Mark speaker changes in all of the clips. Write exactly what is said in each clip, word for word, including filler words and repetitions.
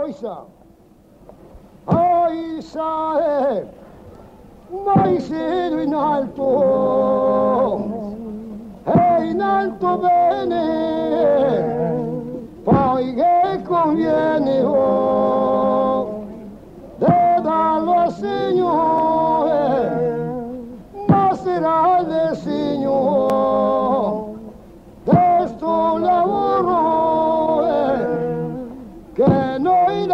Speaker 1: Oisa, Oisa, eh, mai siedo in alto, e in alto bene, poi che conviene, oh, de darlo al Signore, ma sarà del Signore, de sto lavoro, eh, che noi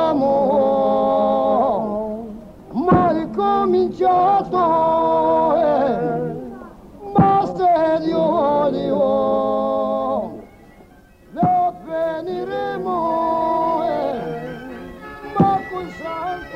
Speaker 1: l'abbiamo mai cominciato, eh, ma se Dio Dio lo finiremo, eh, ma con santo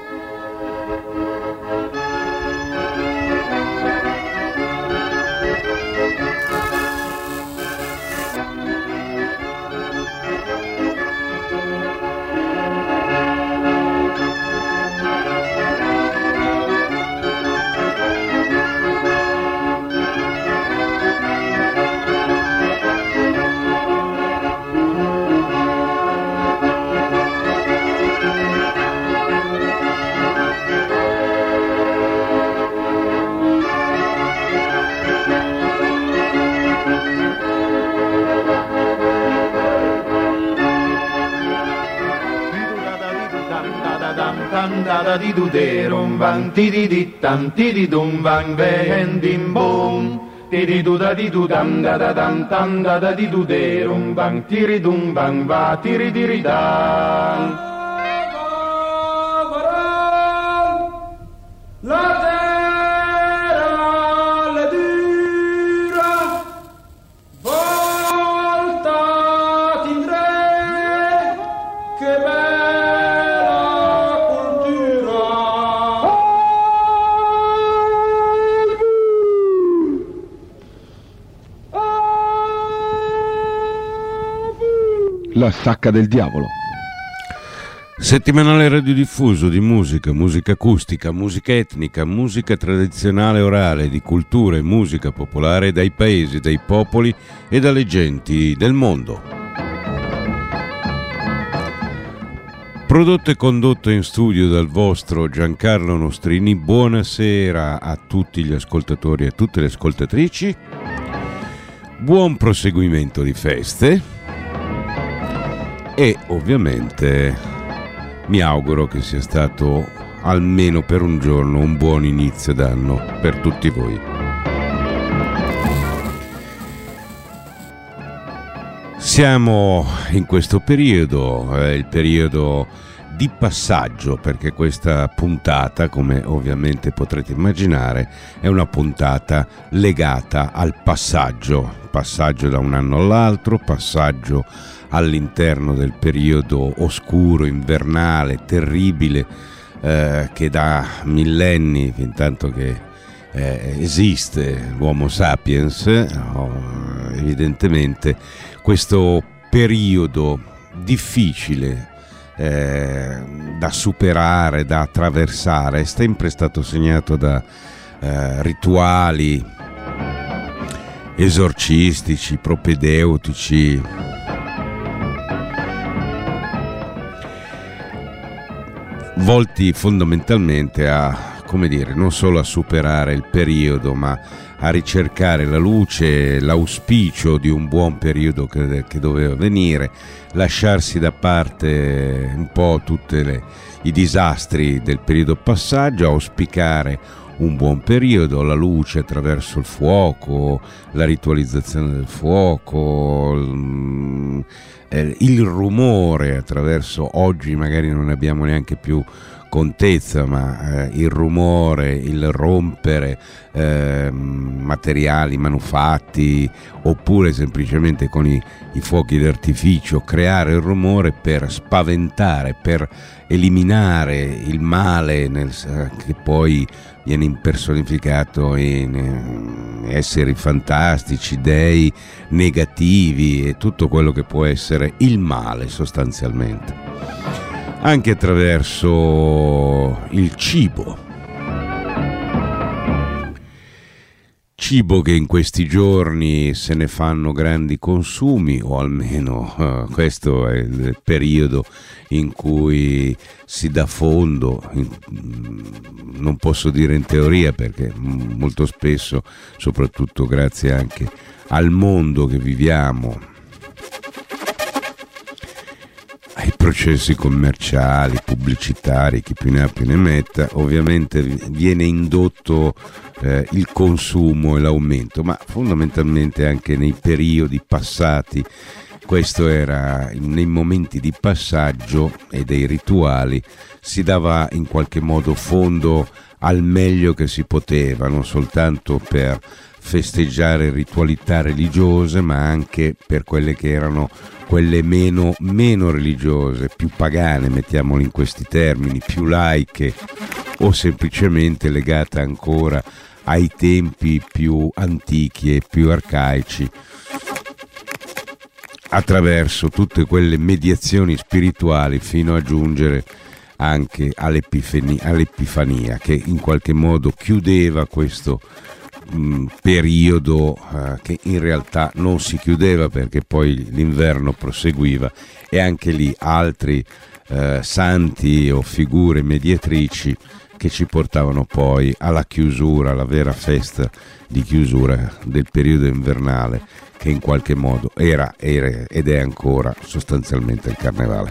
Speaker 2: da da di du de rum bang ti di di tam ti di dum bang ven dim bom ti di du da di du dam da da dam tam da da di du de rum bang ti ri dum bang va ti ri di ri da la terra le dura volta tindre che
Speaker 3: La sacca del diavolo.
Speaker 4: Settimanale radiodiffuso di musica, musica acustica, musica etnica, musica tradizionale orale, di cultura e musica popolare dai paesi, dai popoli e dalle genti del mondo. Prodotto e condotto in studio dal vostro Giancarlo Nostrini. Buonasera a tutti gli ascoltatori e a tutte le ascoltatrici. Buon proseguimento di feste. E ovviamente mi auguro che sia stato almeno per un giorno un buon inizio d'anno per tutti voi. Siamo in questo periodo, è il periodo di passaggio, perché questa puntata, come ovviamente potrete immaginare, è una puntata legata al passaggio, passaggio da un anno all'altro, passaggio all'interno del periodo oscuro, invernale, terribile, eh, che da millenni, fin tanto che eh, esiste l'Homo sapiens, oh, evidentemente questo periodo difficile eh, da superare, da attraversare, è sempre stato segnato da eh, rituali esorcistici, propedeutici, volti fondamentalmente a, come dire, non solo a superare il periodo, ma a ricercare la luce, l'auspicio di un buon periodo che, che doveva venire, lasciarsi da parte un po' tutti i disastri del periodo passaggio, auspicare un buon periodo, la luce attraverso il fuoco, la ritualizzazione del fuoco, il, il rumore attraverso, oggi magari non ne abbiamo neanche più contezza, ma eh, il rumore, il rompere eh, materiali manufatti, oppure semplicemente con i, i fuochi d'artificio creare il rumore per spaventare, per eliminare il male nel, che poi viene impersonificato in esseri fantastici, dei negativi e tutto quello che può essere il male sostanzialmente, anche attraverso il cibo. Cibo che in questi giorni se ne fanno grandi consumi, o almeno uh, questo è il periodo in cui si dà fondo, in, non posso dire in teoria perché molto spesso, soprattutto grazie anche al mondo che viviamo, ai processi commerciali, pubblicitari, chi più ne ha più ne metta, ovviamente viene indotto eh, il consumo e l'aumento, ma fondamentalmente anche nei periodi passati questo era, nei momenti di passaggio e dei rituali si dava in qualche modo fondo al meglio che si poteva, non soltanto per festeggiare ritualità religiose, ma anche per quelle che erano quelle meno, meno religiose, più pagane, mettiamole in questi termini, più laiche o semplicemente legate ancora ai tempi più antichi e più arcaici, attraverso tutte quelle mediazioni spirituali fino a giungere anche all'Epifania, all'Epifania che in qualche modo chiudeva questo mh, periodo uh, che in realtà non si chiudeva perché poi l'inverno proseguiva, e anche lì altri uh, santi o figure mediatrici che ci portavano poi alla chiusura, alla vera festa di chiusura del periodo invernale, che in qualche modo era, era ed è ancora sostanzialmente il carnevale.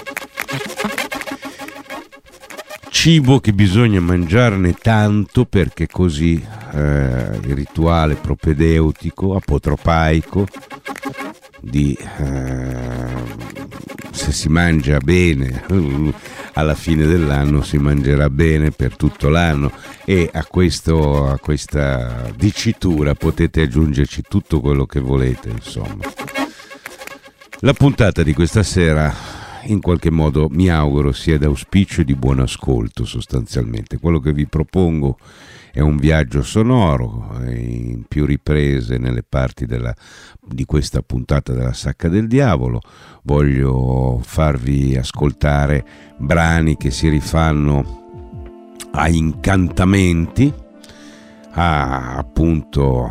Speaker 4: Cibo che bisogna mangiarne tanto perché così eh, il rituale propedeutico, apotropaico, di eh, se si mangia bene alla fine dell'anno si mangerà bene per tutto l'anno, e a, questo, a questa dicitura potete aggiungerci tutto quello che volete, insomma. La puntata di questa sera in qualche modo mi auguro sia d'auspicio e di buon ascolto. Sostanzialmente quello che vi propongo è un viaggio sonoro in più riprese nelle parti della, di questa puntata della Sacca del Diavolo. Voglio farvi ascoltare brani che si rifanno a incantamenti, a appunto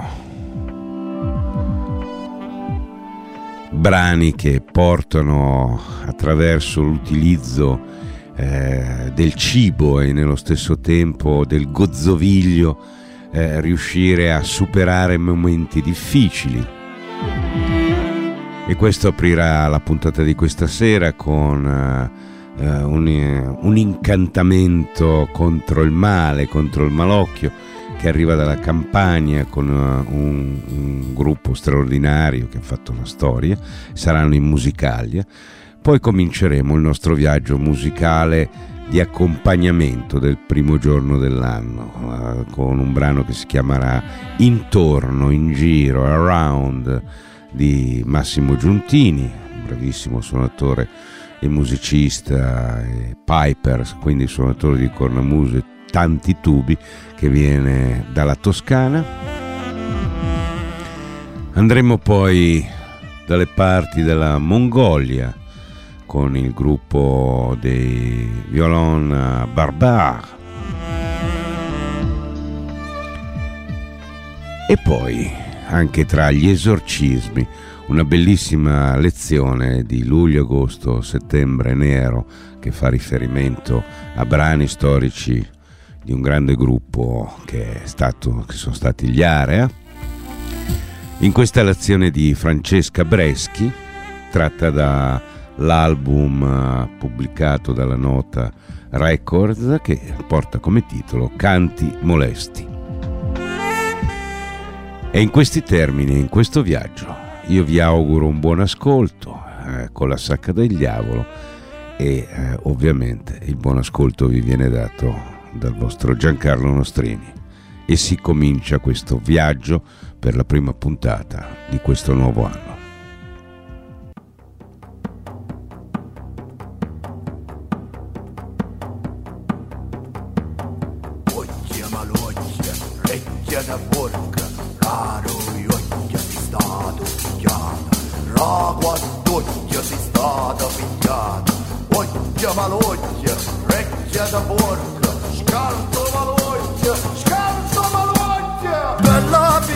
Speaker 4: brani che portano attraverso l'utilizzo eh, del cibo e nello stesso tempo del gozzoviglio eh, riuscire a superare momenti difficili. E questo aprirà la puntata di questa sera con uh, un, un incantamento contro il male, contro il malocchio, che arriva dalla Campania con uh, un, un gruppo straordinario che ha fatto una storia. Saranno in Musicalia. Poi cominceremo il nostro viaggio musicale di accompagnamento del primo giorno dell'anno uh, con un brano che si chiamerà Intorno, in giro, Around, di Massimo Giuntini, un bravissimo suonatore e musicista e piper, quindi suonatore di cornamuse, tanti tubi, che viene dalla Toscana. Andremo poi dalle parti della Mongolia con il gruppo dei Violon Barbare, e poi anche tra gli esorcismi una bellissima lezione di luglio, agosto, settembre nero che fa riferimento a brani storici di un grande gruppo che, è stato, che sono stati gli Area, in questa lezione di Francesca Breschi tratta dall'album pubblicato dalla Nota Records che porta come titolo Canti Molesti. E in questi termini, in questo viaggio, io vi auguro un buon ascolto eh, con la Sacca del Diavolo, e eh, ovviamente il buon ascolto vi viene dato dal vostro Giancarlo Nostrini, e si comincia questo viaggio per la prima puntata di questo nuovo anno.
Speaker 5: Da porca, raro io si stato pigliata, rago a docchia si stata pigliata, occhia malocchia, recchia da porca, scarto malocchia, scarto malocchia, bella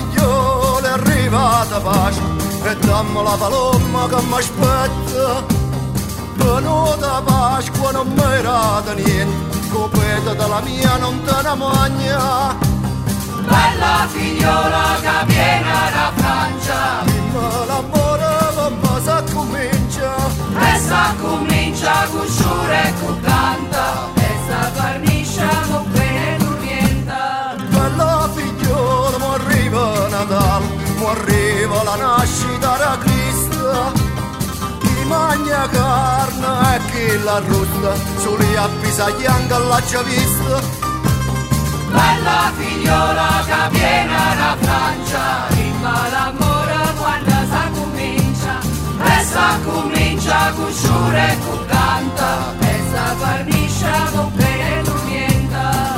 Speaker 5: pace e dammi la palomma che mi aspetta. Venuta Pasqua non mi irrata niente, copeta della mia non te ne magna.
Speaker 6: Bella figliola che viene da Francia,
Speaker 5: Dimmi l'amore come si comincia,
Speaker 6: e sa comincia con sciure e con canta, e sa farnisce con bene dormienta.
Speaker 5: bella figliola mi arriva Natale, mi arriva la nascita da Cristo. Chi mangia carne e chi la arrosta, soli a Pisaglianga l'ha già vista.
Speaker 6: Bella figliola che viene da Francia, rima l'amore quando si comincia, e sa comincia con sciure e con canta, e sa farnisce con bene dormienta.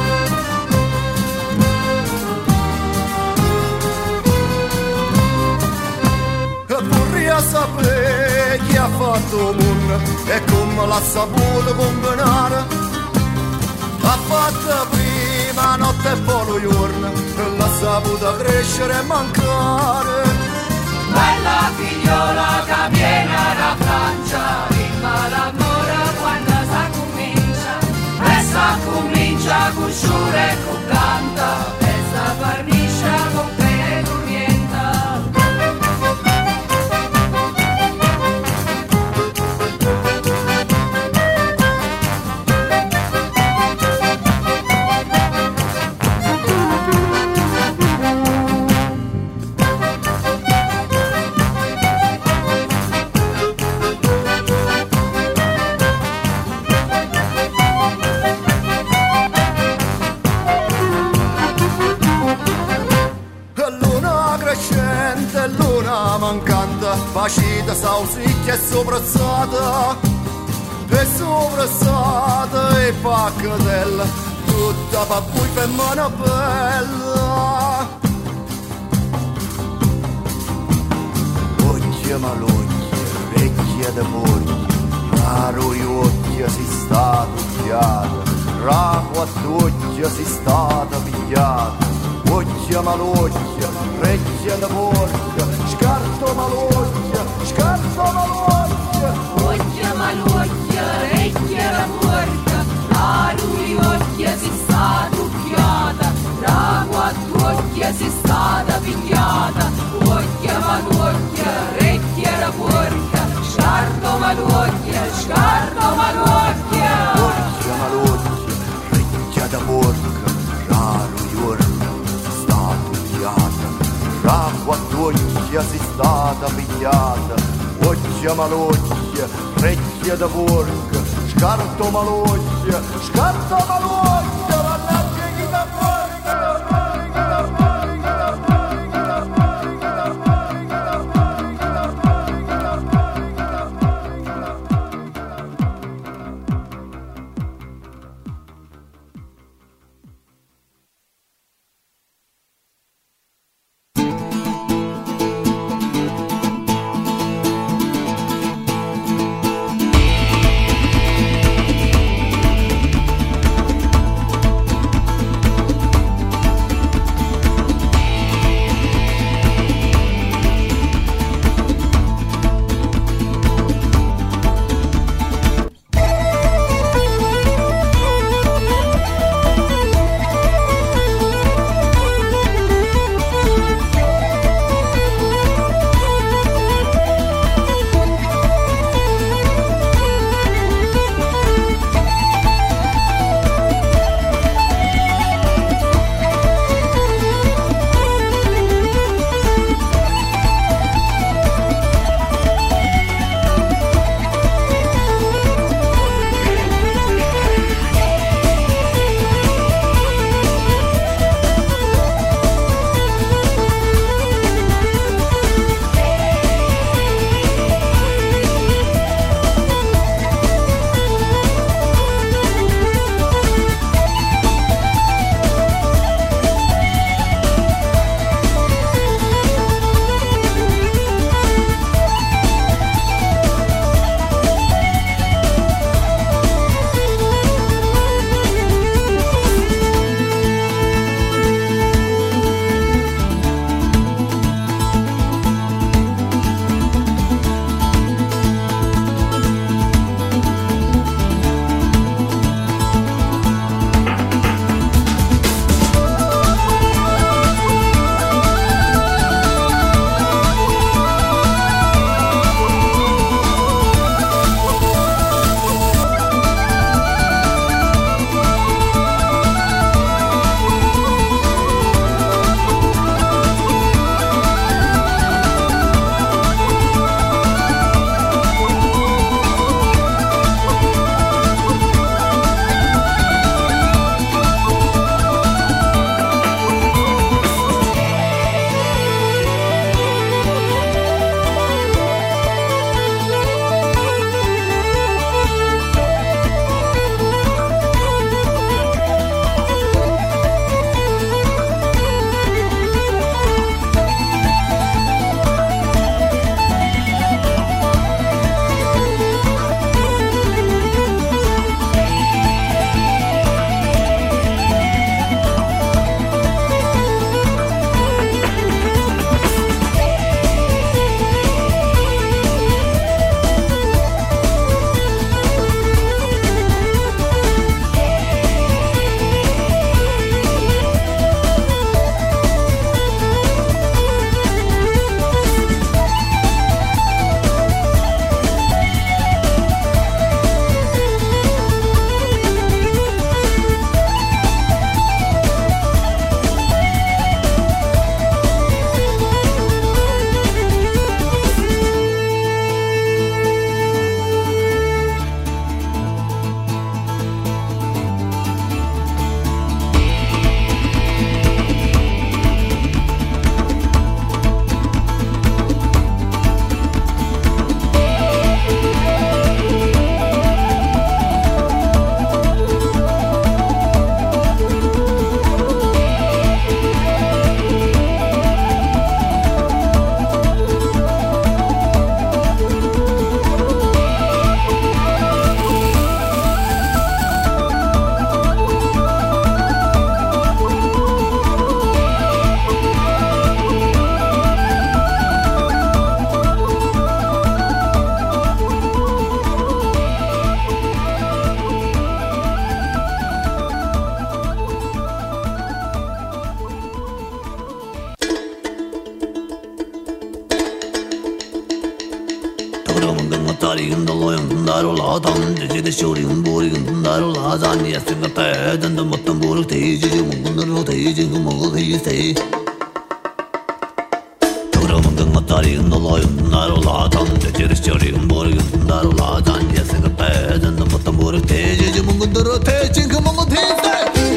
Speaker 5: E vorrei sapere chi ha fatto il mondo e come l'ha saputo combinare. Ha fatto prima notte e poi lo giorno, e l'ha saputo crescere e mancare.
Speaker 6: Bella figliola che viene da Francia, rima l'amore quando si comincia, e sa comincia con sciure e con canta, e sa farnisce con bene dormienta.
Speaker 5: Mancanta, pacita, sausicchia e soprazzata, e soprazzata e paccatella, tutta pa' cui per mano bella. Occhia malocchia, orecchia da porchia, raro occhia si sta tucchiata, raco a tucchia si stata pigliata. Occhia malocchia, orecchia da porca, scarto malocchia, scarto malocchia.
Speaker 6: Occhia malocchia, orecchia da porca, la lui occhia si sta tucchiata, rago a tucchia si stata pigliata. Occhia malocchia, orecchia da porca, scarto malocchia, scarto malocchia.
Speaker 5: Occhia malocchia, orecchia da porca, raro giorno. Raco a tucchia si stata pigliata, occhia malocchia, orecchia da porca, scarto malocchia, scarto malocchia, mannaggia chi da తండ్రి చిదశోరి ఉంబోరి ఉందారు లాజాని అసింగతే దంద మొత్తం బోరు తేజి ముంగుందరు తేజి మొగదీస్తే తోరమంగం మతారి ఉందలాయ ఉందారు లాజాని చిదశోరి ఉంబోరి ఉందారు లాజాని అసింగతే దంద మొత్తం బోరు తేజి ముంగుందరు తేజి మొగదీస్తే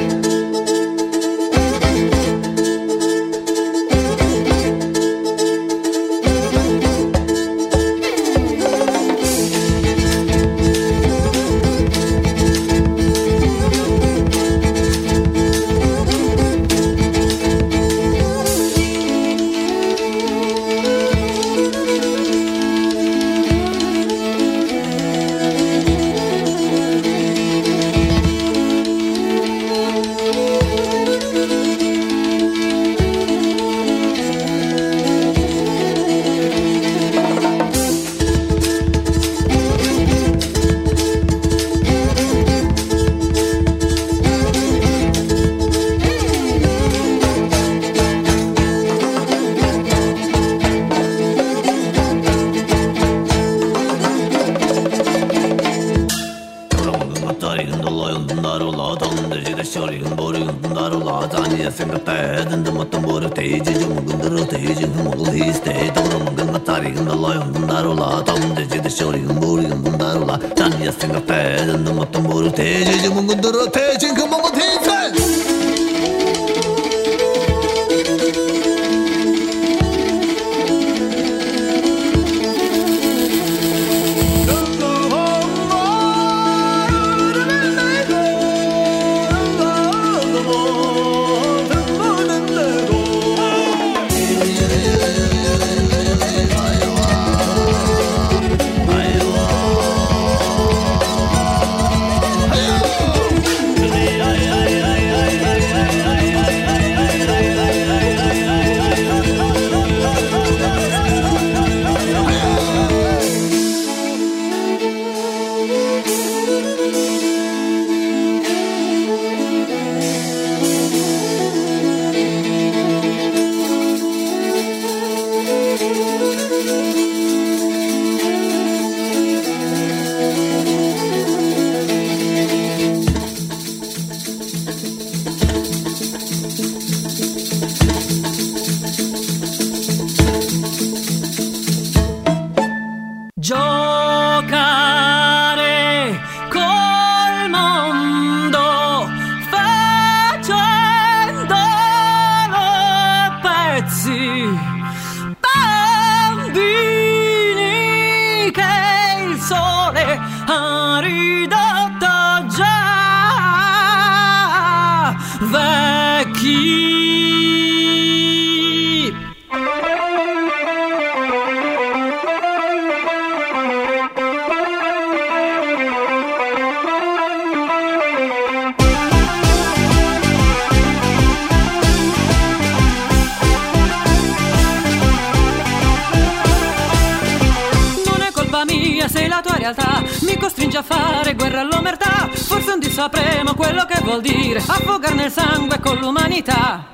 Speaker 7: Se la tua realtà mi costringe a fare guerra all'omertà, forse un dì sapremo quello che vuol dire affogare nel sangue con l'umanità.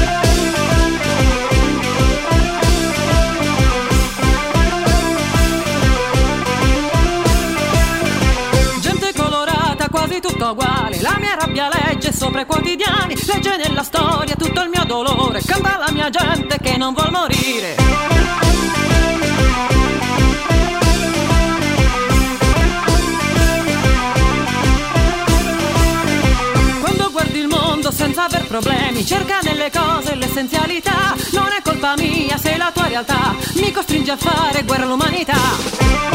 Speaker 7: Gente colorata, quasi tutto uguale, la mia rabbia legge sopra i quotidiani, legge nella storia tutto il mio dolore, canta la mia gente che non vuol morire. Senza aver problemi, cerca nelle cose l'essenzialità. Non è colpa mia se la tua realtà mi costringe a fare guerra all'umanità.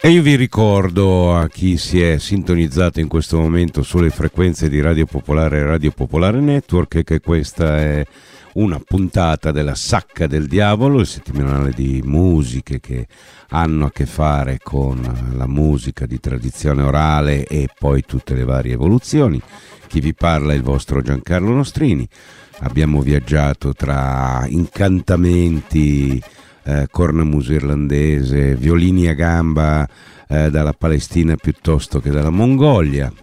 Speaker 4: E io vi ricordo a chi si è sintonizzato in questo momento sulle frequenze di Radio Popolare e Radio Popolare Network che questa è una puntata della Sacca del Diavolo, il settimanale di musiche che hanno a che fare con la musica di tradizione orale e poi tutte le varie evoluzioni. Chi vi parla è il vostro Giancarlo Nostrini. Abbiamo viaggiato tra incantamenti, Eh, cornamuso irlandese, violini a gamba eh, dalla Palestina piuttosto che dalla Mongolia,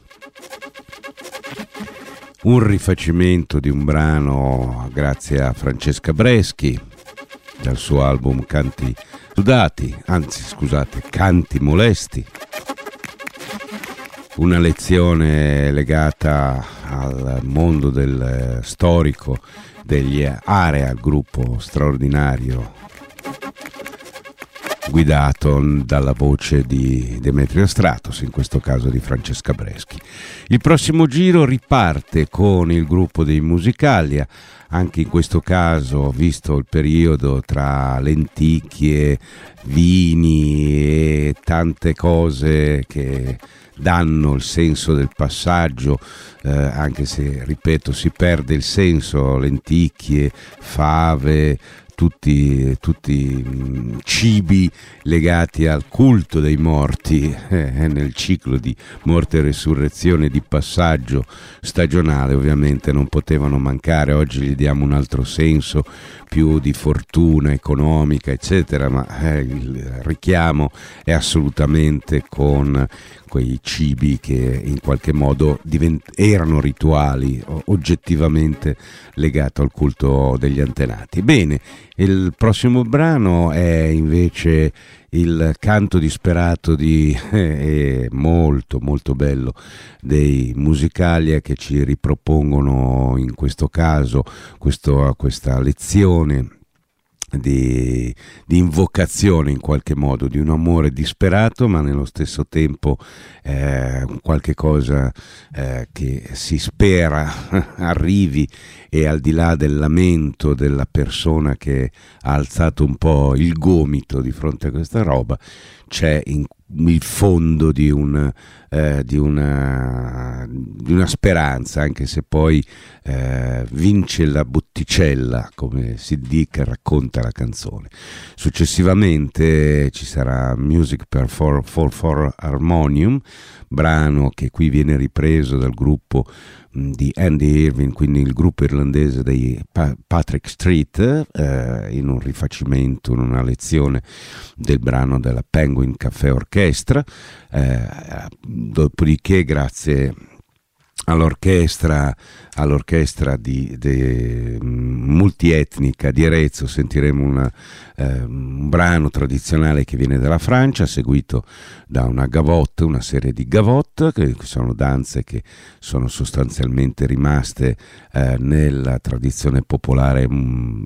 Speaker 4: un rifacimento di un brano grazie a Francesca Breschi dal suo album Canti Sudati, anzi scusate, Canti Molesti, una lezione legata al mondo del eh, storico degli Area, il gruppo straordinario guidato dalla voce di Demetrio Stratos, in questo caso di Francesca Breschi. Il prossimo giro riparte con il gruppo dei Musicalia, anche in questo caso visto il periodo tra lenticchie, vini e tante cose che danno il senso del passaggio, eh, anche se, ripeto, si perde il senso, lenticchie, fave, tutti, tutti mh, cibi legati al culto dei morti, eh, nel ciclo di morte e resurrezione, di passaggio stagionale, ovviamente non potevano mancare. Oggi gli diamo un altro senso, più di fortuna economica, eccetera, ma eh, il richiamo è assolutamente con quei cibi che in qualche modo divent- erano rituali, oggettivamente legati al culto degli antenati. Bene, il prossimo brano è invece il canto disperato di eh, molto molto bello dei Musicalia, che ci ripropongono in questo caso questo, questa lezione Di, di invocazione in qualche modo di un amore disperato, ma nello stesso tempo eh, qualche cosa eh, che si spera arrivi, e al di là del lamento della persona che ha alzato un po' il gomito di fronte a questa roba, c'è in il fondo di, un, eh, di, una, di una speranza, anche se poi eh, vince la botticella, come si dica, racconta la canzone. Successivamente ci sarà Music per four four Harmonium, brano che qui viene ripreso dal gruppo di Andy Irving, quindi il gruppo irlandese dei pa- Patrick Street, eh, in un rifacimento, in una lezione del brano della Penguin Cafe Orchestra. Eh, dopodiché, grazie all'orchestra all'orchestra di, di multietnica di Arezzo, sentiremo una, eh, un brano tradizionale che viene dalla Francia, seguito da una gavotte, una serie di gavotte, che sono danze che sono sostanzialmente rimaste eh, nella tradizione popolare mm,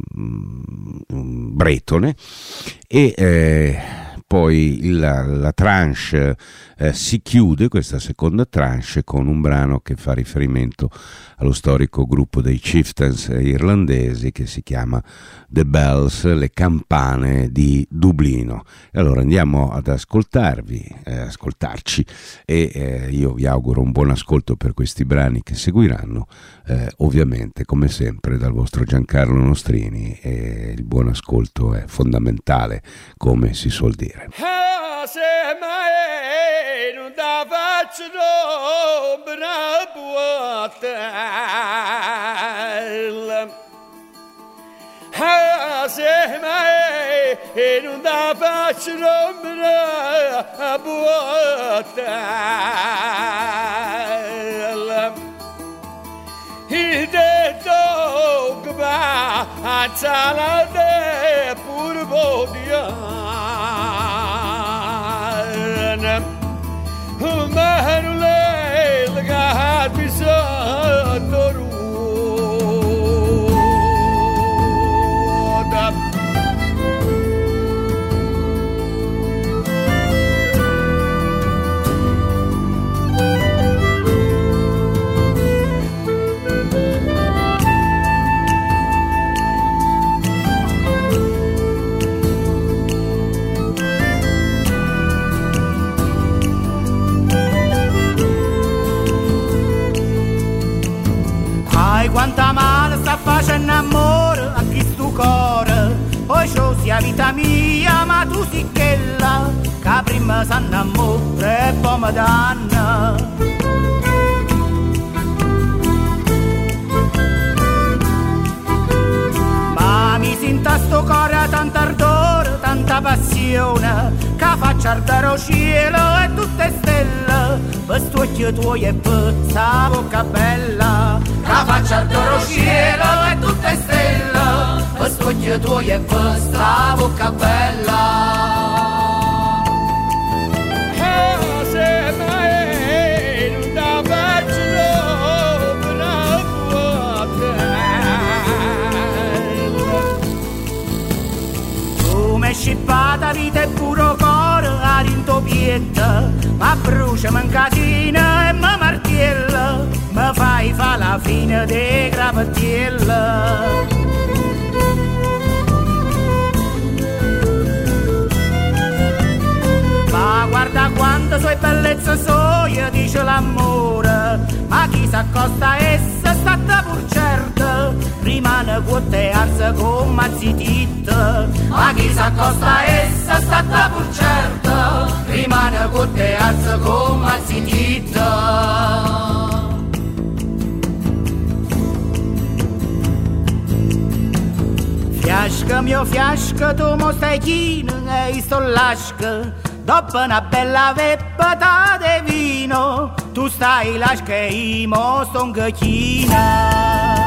Speaker 4: mm, bretone, e eh, poi la, la tranche eh, si chiude, questa seconda tranche, con un brano che fa riferimento allo storico gruppo dei Chieftains irlandesi che si chiama The Bells, le campane di Dublino. E allora andiamo ad ascoltarvi, eh, ascoltarci, e eh, io vi auguro un buon ascolto per questi brani che seguiranno, eh, ovviamente come sempre dal vostro Giancarlo Nostrini, e il buon ascolto è fondamentale, come si suol dire.
Speaker 1: Ah, se mai non da faccio rompere puota. Ah, se mai non da faccio rompere puota. Il detto che va a salare pure podia. Marule lagat bisotto
Speaker 8: sticchella, che prima s'annamora e poi mi danno. Ma mi sento a sto cuore tanta ardore, tanta passione, che faccio ardere il cielo e tutte stelle, per sto occhio tuo e per sta bocca bella. Che faccio ardere il cielo e tutte stelle, per sto occhio tuo e per sta bocca bella. Scippata vita e puro cuore a rintopietta, ma brucia mi incatina e mi martiella, mi fai fa la fine dei gravattiella. Ma guarda quanto sue bellezze soia, dice l'amore, ma chi s'accosta a essa stata pur certa, rimane con te arsa con mazzititta. Ma chi s'accosta a essa stata pur certa, rimane con te arsa con mazzititta. Fiasca mio fiasca, tu mo stai china e sto lasca. Dopo una bella veppata di vino, tu stai lasca e io mo sto in cachina.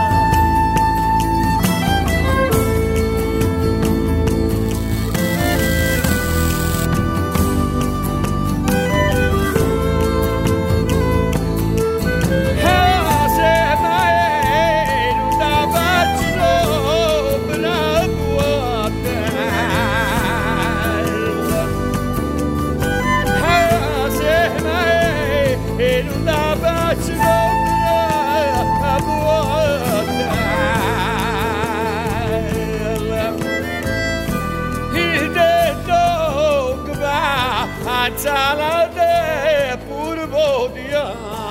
Speaker 1: Salade pur bodian,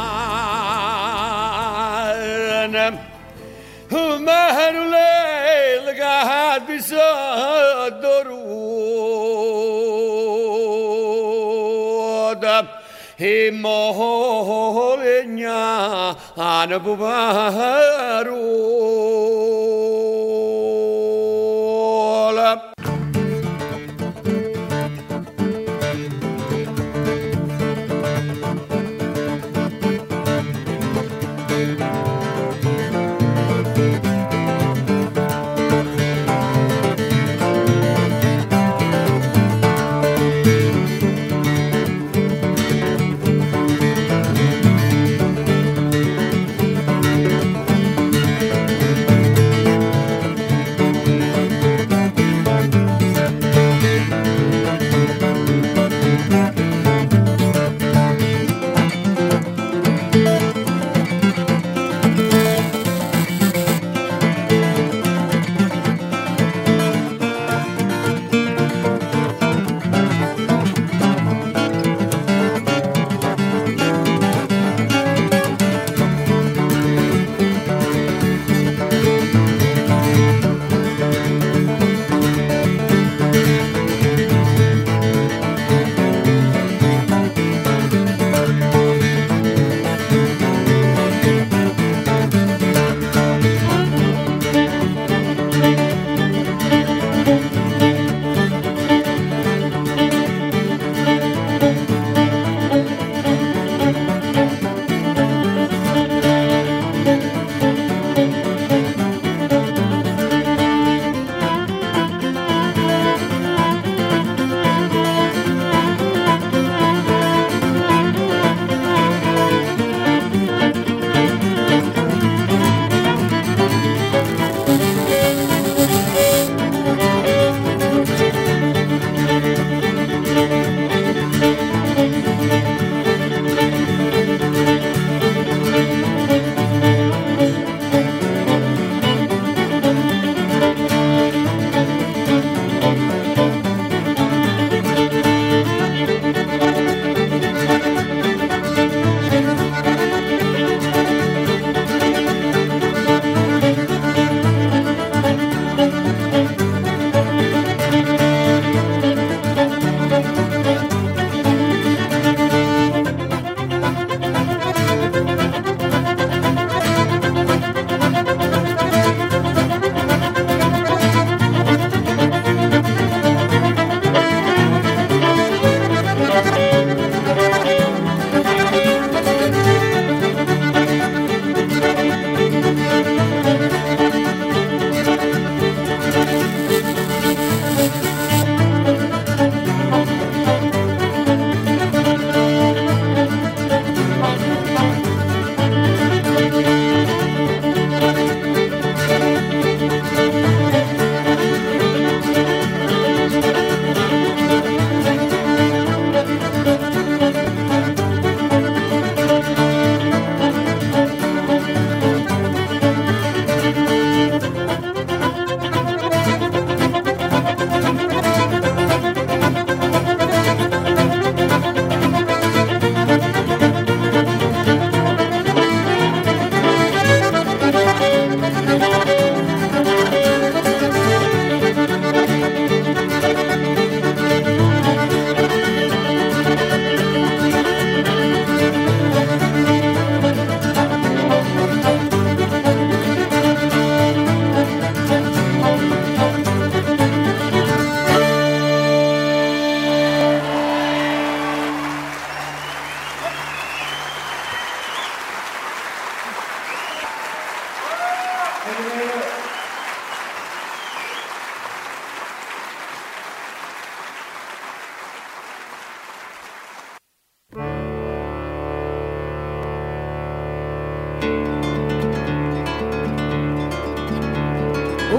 Speaker 1: manule legat bisadoruda, e molegna anabubarola.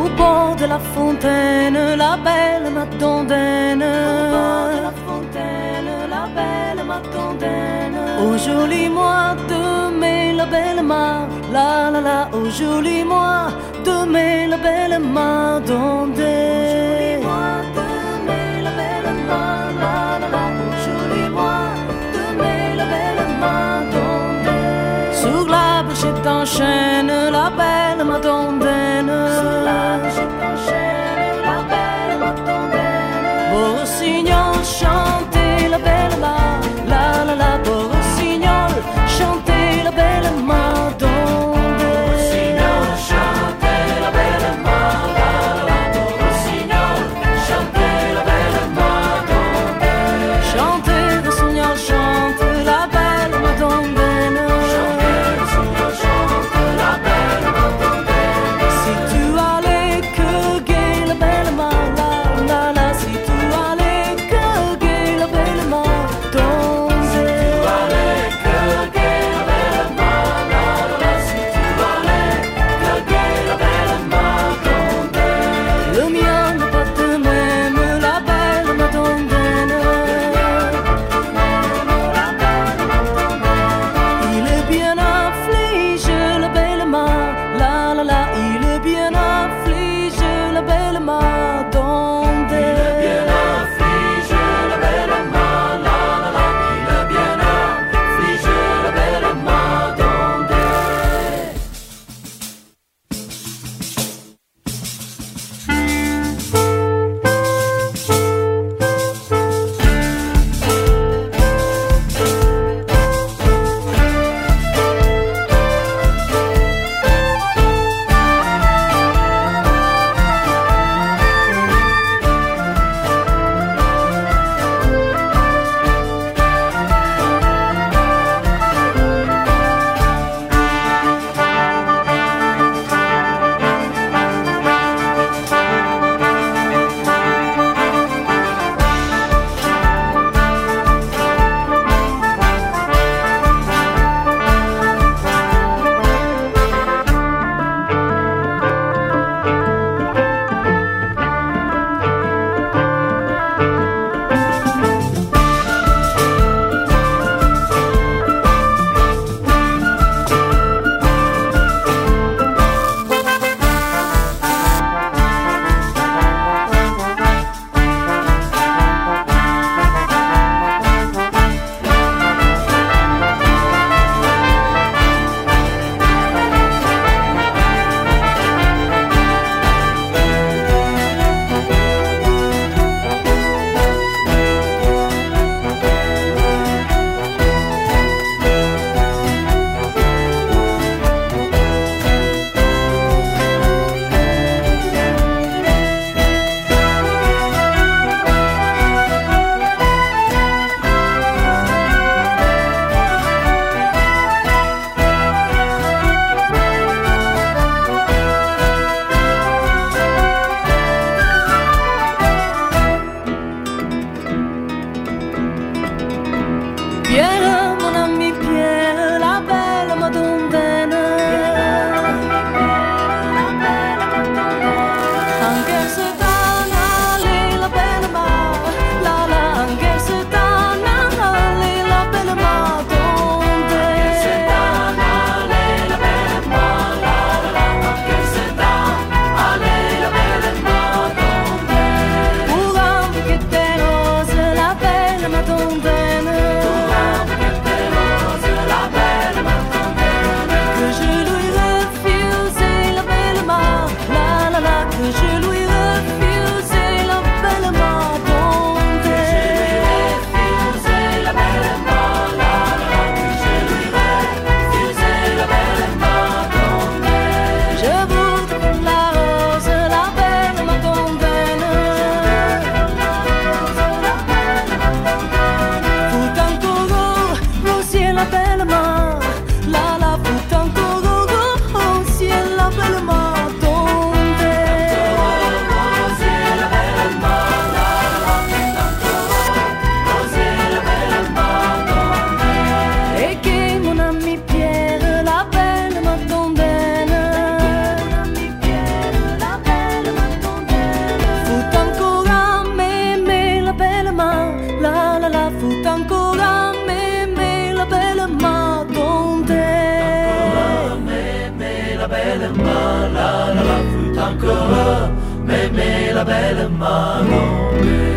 Speaker 7: Au bord de la fontaine, la belle Madondine. Au bord de la fontaine, la belle Madondine. Au joli mois de mai, la belle ma, la la la. Au joli mois de mai, la belle Madondine. Au joli mois de mai, la belle ma, la la la. Au joli mois de mai, la belle Madondine. Sur la bouchette en chaîne, la belle Madondine. Sur la bouchette en chaîne, la belle Madondine. Beau rossignol, chantez la belle ma, la la la. Beau rossignol, chantez la belle Madondine. Beau rossignol, chantez la belle ma, la la la. Beau rossignol, chantez la belle Madondine. Chantez rossignol, chante la belle Madondine. Chantez rossignol, chante la belle Madondine. Si tu allais que gay la belle ma, la la la. Si tu allais que gay la belle Madondine. Si tu allais que gay la belle ma, la la la. Si tu allais que gay la belle Madondine. Le mien n'est pas de même, la belle Madondine. Il est bien affligé, la belle ma, la la la. Il est bien affligé, la belle Madondine. Il est bien affligé, la belle ma, la la la. Il est bien affligé, la belle Madondine. Pierre, mon ami Pierre, la belle Madondine. Anche se danale la belle ma, la la. Anche se danale la belle Madondine. Anche se danale la belle ma, la la. Anche se danale la belle Madondine. Pour un bouquet de roses, la belle Madondine.
Speaker 6: la bella Magome.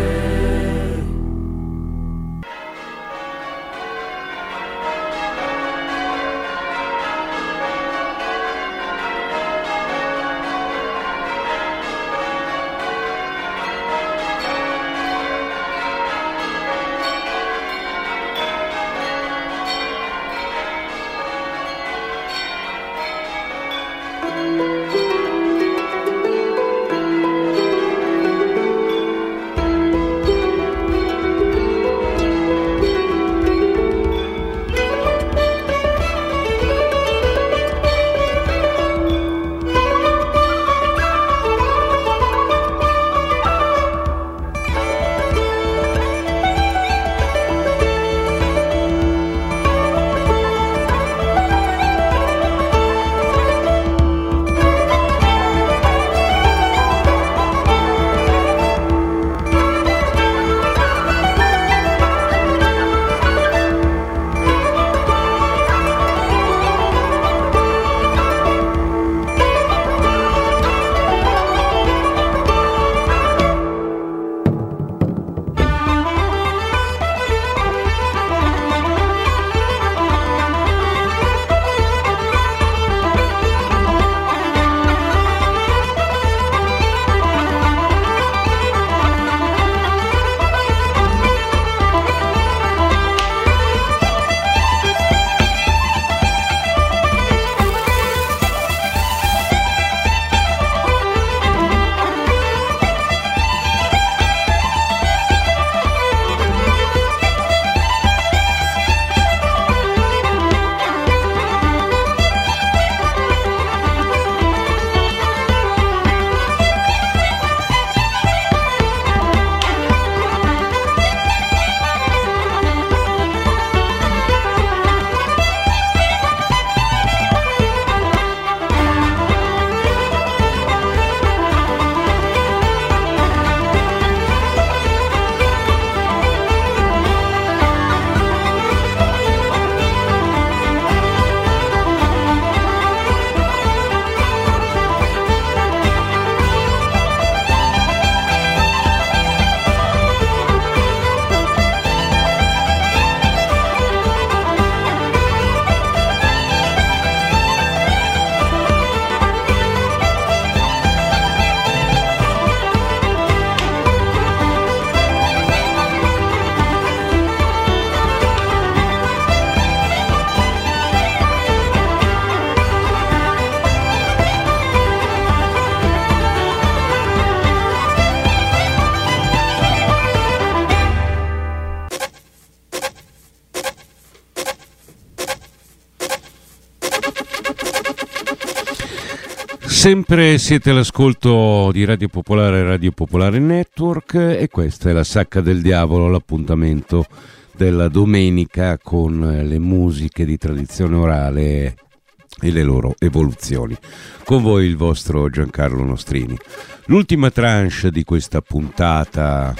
Speaker 4: Sempre siete all'ascolto di Radio Popolare, Radio Popolare Network, e questa è la Sacca del Diavolo, l'appuntamento della domenica con le musiche di tradizione orale e le loro evoluzioni. Con voi il vostro Giancarlo Nostrini. L'ultima tranche di questa puntata,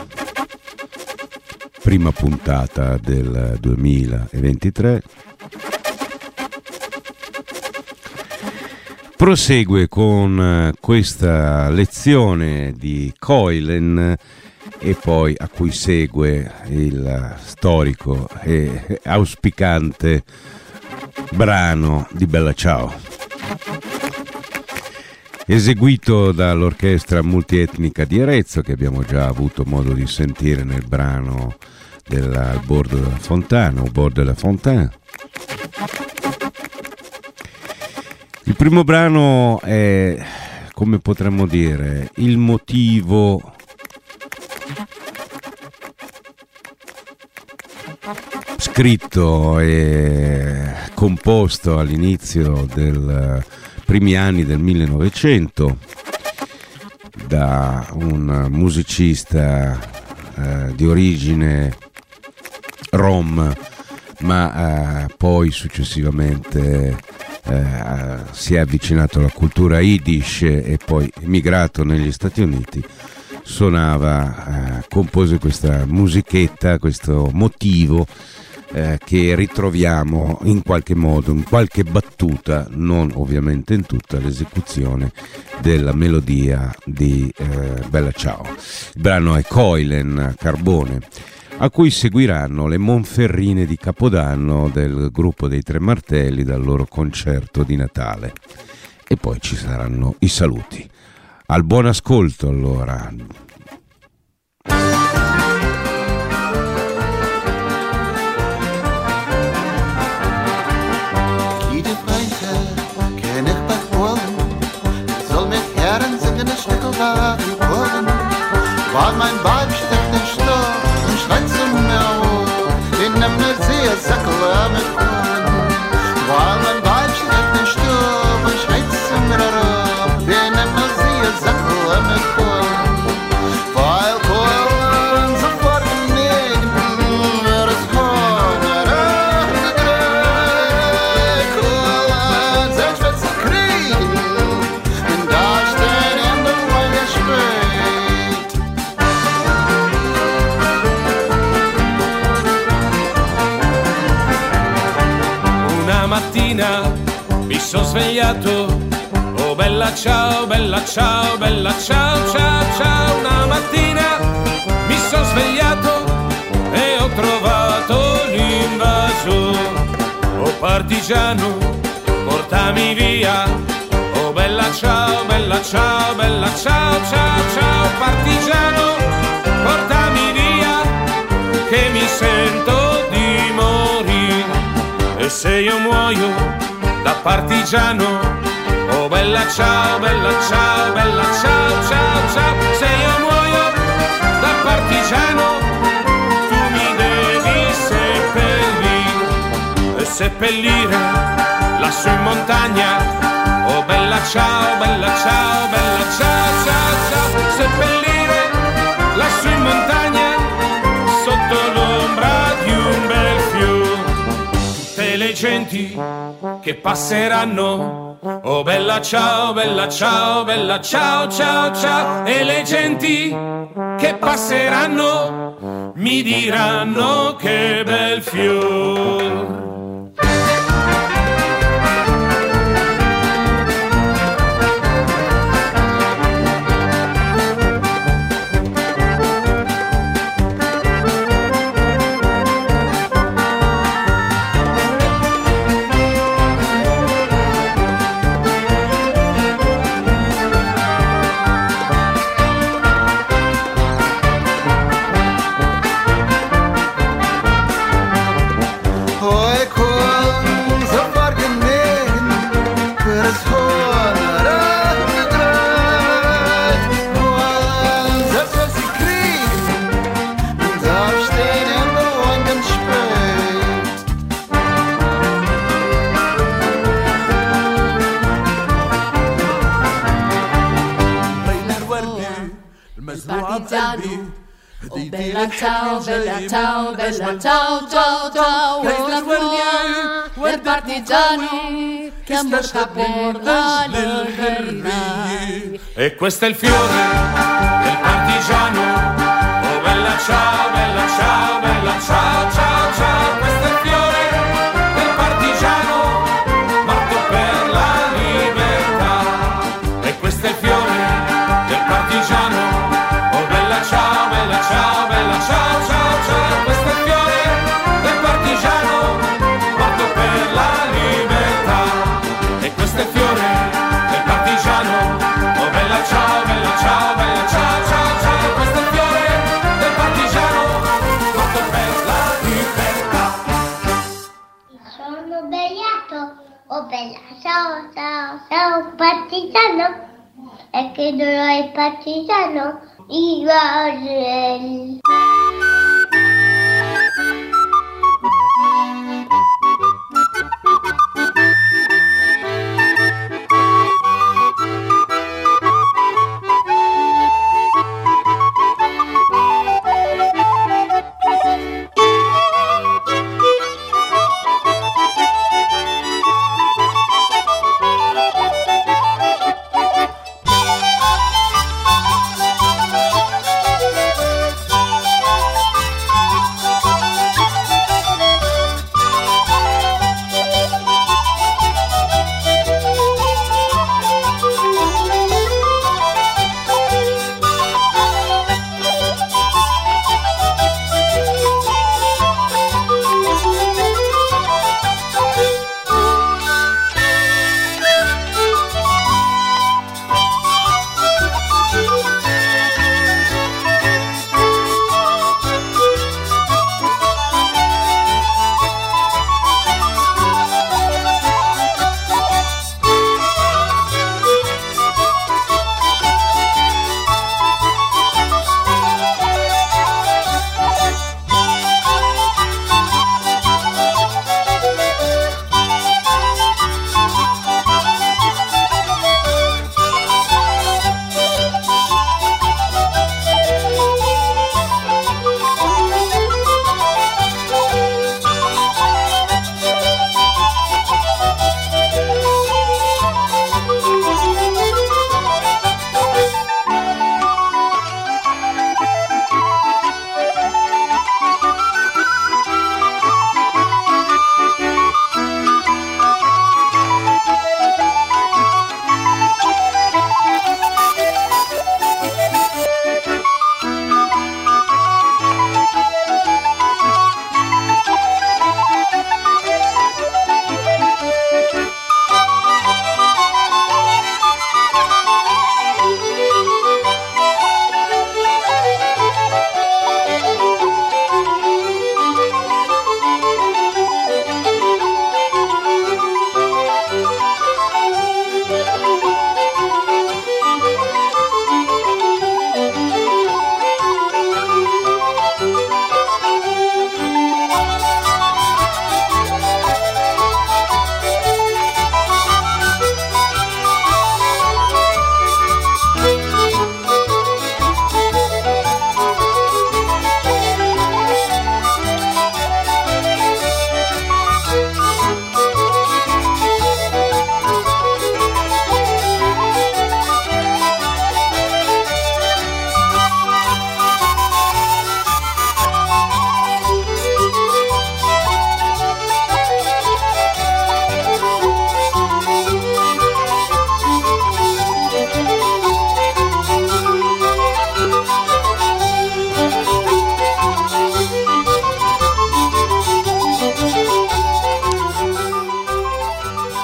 Speaker 4: prima puntata del duemilaventitré, prosegue con questa lezione di Koilen e poi a cui segue il storico e auspicante brano di Bella Ciao, eseguito dall'orchestra multietnica di Arezzo, che abbiamo già avuto modo di sentire nel brano del Bordo della Fontana, au bord de la Fontaine. Il primo brano è, come potremmo dire, il motivo scritto e composto all'inizio dei primi anni del millenovecento da un musicista eh, di origine rom, ma eh, poi successivamente Eh, si è avvicinato alla cultura Yiddish e poi emigrato negli Stati Uniti. Suonava, eh, compose questa musichetta, questo motivo eh, che ritroviamo in qualche modo, in qualche battuta, non ovviamente in tutta l'esecuzione della melodia di eh, Bella Ciao. Il brano è Coilen Carbone, a cui seguiranno le Monferrine di Capodanno del gruppo dei Tre Martelli dal loro concerto di Natale. E poi ci saranno i saluti. Al buon ascolto allora.
Speaker 5: Jede Freitag kenn ich bei Morgen, soll mit Herren singen ein Stückl da die Morgen. Weil mein Weib steckt im Stoff und schreit zu mir auf, in nem ne sehr Sackel mit Korn. Weil mein Weib steckt im Stoff und schreit zu mir auf, in nem ne sehr Sackel mit Korn. Weil Korn sofort genegen, wer es Korn eröffnet. Korn selbst wird sie kriegen, denn da steht in der Weile spät.
Speaker 9: Una mattina mi sono svegliato, oh bella ciao, bella ciao, bella ciao, ciao, ciao. Una mattina mi sono svegliato e ho trovato l'invaso. Oh partigiano, portami via, oh bella ciao, bella ciao, bella ciao, ciao, ciao. Partigiano, portami via, che mi sento di morire. E se io muoio da partigiano, oh bella ciao, bella ciao, bella ciao, ciao, ciao. Se io muoio da partigiano, tu mi devi seppellire, e seppellire lassù in montagna, oh bella ciao, bella ciao, bella ciao, ciao, ciao. Seppellire lassù in montagna, sotto l'ombra di un bel fiore. Tutte le genti che passeranno, oh bella ciao, bella ciao, bella ciao, ciao, ciao. E le genti che passeranno mi diranno che bel fior.
Speaker 7: Oh bella ciao, bella ciao, bella ciao, ciao, ciao. Questa guerra del partigiani che a morta porta l'Alberni.
Speaker 9: E questo è il fiore del partigiano, oh bella ciao, bella ciao, bella ciao, ciao, ciao. Questo è il fiore del partigiano, morto per la libertà. E questo è il fiore del partigiano, oh bella ciao, bella ciao, bella ciao, ciao, ciao. Questo è il fiore del partigiano, morto per la libertà. E questo è il fiore del partigiano, oh bella ciao, bella ciao, bella ciao, ciao, ciao. Questo è il fiore del partigiano, morto per la libertà.
Speaker 10: Sono Beato, oh bella ciao, ciao, ciao partigiano. E che non è partigiano, i Varelli.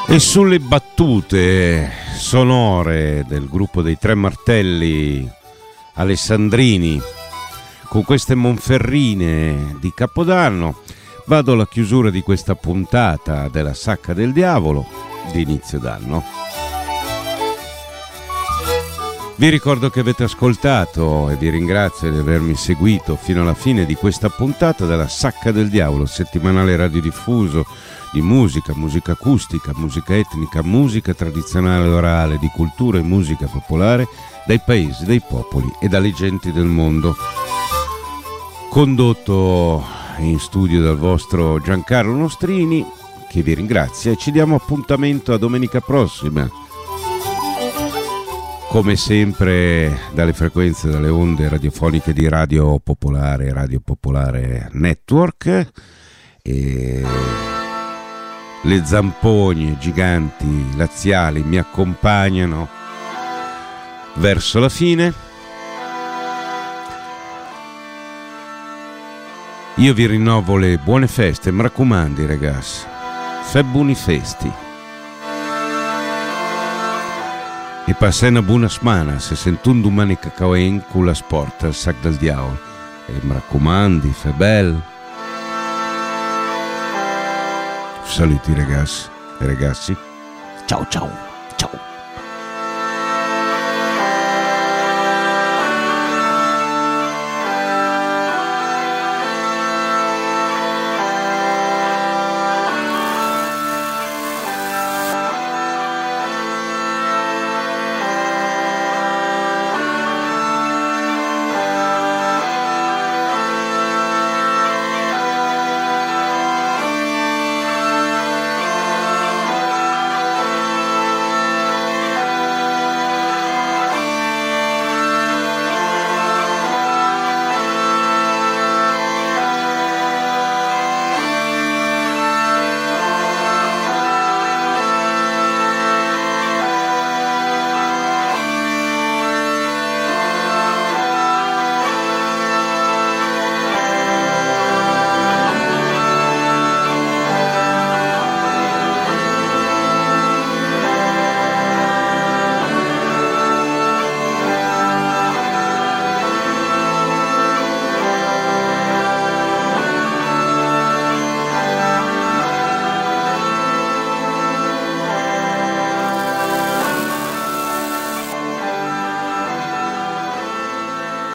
Speaker 4: E sulle battute sonore del gruppo dei Tre Martelli Alessandrini, con queste Monferrine di Capodanno, vado alla chiusura di questa puntata della Sacca del Diavolo di inizio d'anno. Vi ricordo che avete ascoltato e vi ringrazio di avermi seguito fino alla fine di questa puntata della Sacca del Diavolo, settimanale radiodiffuso di musica, musica acustica, musica etnica, musica tradizionale orale, di cultura e musica popolare dai paesi, dai popoli e dalle genti del mondo. Condotto in studio dal vostro Giancarlo Nostrini, che vi ringrazia, e ci diamo appuntamento a domenica prossima, come sempre dalle frequenze, dalle onde radiofoniche di Radio Popolare, Radio Popolare Network. E le zampogne giganti laziali mi accompagnano verso la fine. Io vi rinnovo le buone feste, mi raccomando ragazzi, fe buoni festi e passate una buona settimana. Se sentun domani cacaoen con la sport al Sac del Diavolo, e mi raccomando, fe bel. Saluti ragazzi e ragazzi, ciao ciao.